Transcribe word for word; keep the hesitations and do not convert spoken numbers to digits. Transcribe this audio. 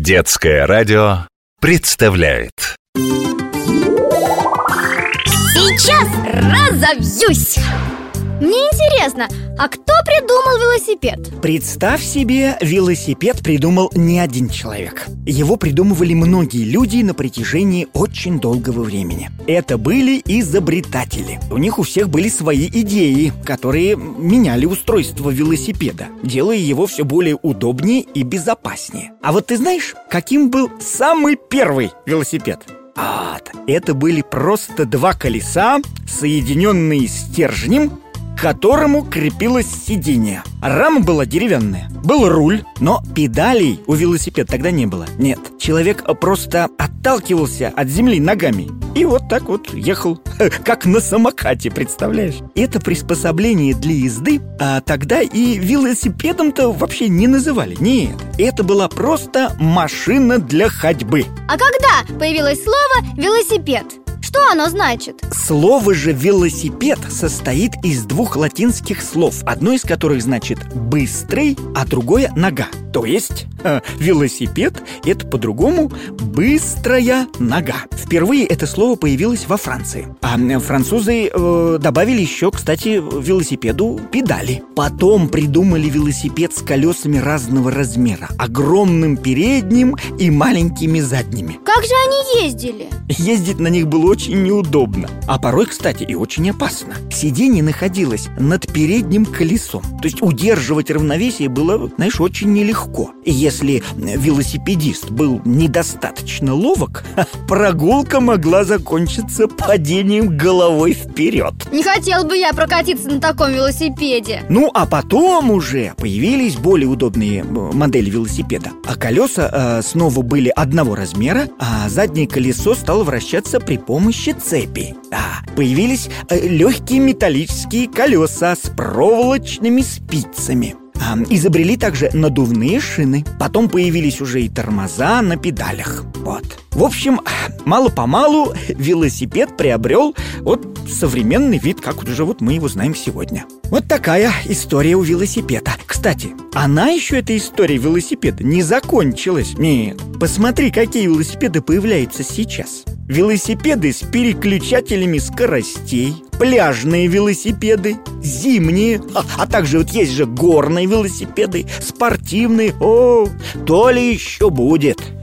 Детское радио представляет. Сейчас разовьюсь! Мне интересно, а кто придумал велосипед? Представь себе, велосипед придумал не один человек. Его придумывали многие люди на протяжении очень долгого времени. Это были изобретатели. У них у всех были свои идеи, которые меняли устройство велосипеда, делая его все более удобнее и безопаснее. А вот ты знаешь, каким был самый первый велосипед? Вот, это были просто два колеса, соединенные стержнем, к которому крепилось сиденье. Рама была деревянная, был руль, но педалей у велосипеда тогда не было. Нет, человек просто отталкивался от земли ногами и вот так вот ехал, как на самокате, представляешь? Это приспособление для езды а тогда и велосипедом-то вообще не называли. Нет, это была просто машина для ходьбы. А когда появилось слово «велосипед»? Что оно значит? Слово же «велосипед» состоит из двух латинских слов, одно из которых значит «быстрый», а другое «нога». То есть э, велосипед – это по-другому «быстрая нога». Впервые это слово появилось во Франции. А французы э, добавили еще, кстати, велосипеду педали. Потом придумали велосипед с колесами разного размера, огромным передним и маленькими задними. Как же они ездили? Ездить на них было очень неудобно, а порой, кстати, и очень опасно. Сиденье находилось над передним колесом, то есть удерживать равновесие было, знаешь, очень нелегко. И если велосипедист был недостаточно ловок, прогулка могла закончиться падением головой вперед. Не хотел бы я прокатиться на таком велосипеде. Ну, а потом уже появились более удобные модели велосипеда. А колеса э, снова были одного размера, а заднее колесо стало вращаться при помощи цепи. Да, появились э, легкие металлические колеса с проволочными спицами. Изобрели также надувные шины. Потом появились уже и тормоза на педалях. Вот. В общем, мало-помалу велосипед приобрел вот современный вид, как уже вот мы его знаем сегодня. Вот такая история у велосипеда. Кстати, она еще, эта история велосипеда, не закончилась. Нет, посмотри, какие велосипеды появляются сейчас. Велосипеды с переключателями скоростей, пляжные велосипеды, зимние, а, а также вот есть же горные велосипеды, спортивные. О, то ли еще будет.